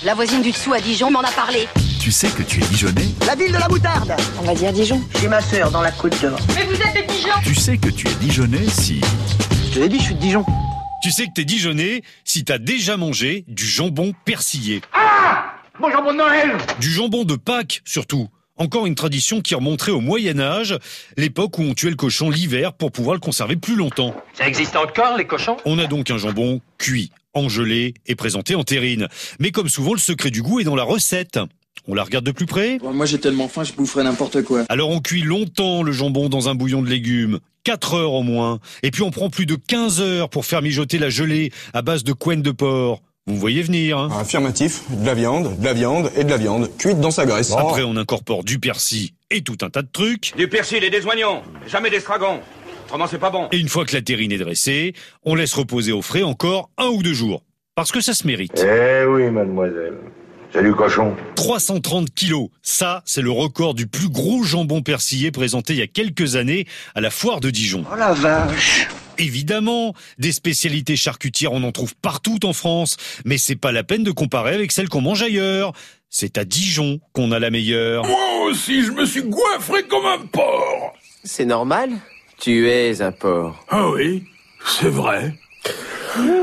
La voisine du dessous à Dijon m'en a parlé. Tu sais que tu es Dijonnais? La ville de la moutarde. On va dire Dijon. Chez ma sœur dans la Côte d'Or. Mais vous êtes de Dijon. Tu sais que tu es Dijonnais si... Je te l'ai dit, je suis de Dijon. Tu sais que t'es Dijonnais si t'as déjà mangé du jambon persillé. Ah! Mon jambon de Noël! Du jambon de Pâques, surtout. Encore une tradition qui remonterait au Moyen-Âge, l'époque où on tuait le cochon l'hiver pour pouvoir le conserver plus longtemps. Ça existe encore, les cochons? On a donc un jambon cuit, engelé et présenté en terrine. Mais comme souvent, le secret du goût est dans la recette. On la regarde de plus près? Moi j'ai tellement faim, je boufferais n'importe quoi. Alors on cuit longtemps le jambon dans un bouillon de légumes, 4 heures au moins. Et puis on prend plus de 15 heures pour faire mijoter la gelée à base de couenne de porc. Vous me voyez venir, hein? Affirmatif, de la viande et de la viande, cuite dans sa graisse. Après on incorpore du persil et tout un tas de trucs. Du persil et des oignons, jamais d'estragon. Autrement c'est pas bon. Et une fois que la terrine est dressée, on laisse reposer au frais encore 1 ou 2 jours. Parce que ça se mérite. Eh oui, mademoiselle. C'est du cochon. 330 kilos, ça c'est le record du plus gros jambon persillé présenté il y a quelques années à la foire de Dijon. Oh la vache. Évidemment, des spécialités charcutières on en trouve partout en France, mais c'est pas la peine de comparer avec celles qu'on mange ailleurs. C'est à Dijon qu'on a la meilleure. Moi aussi je me suis goinfré comme un porc. C'est normal, tu es un porc. Ah oui, c'est vrai.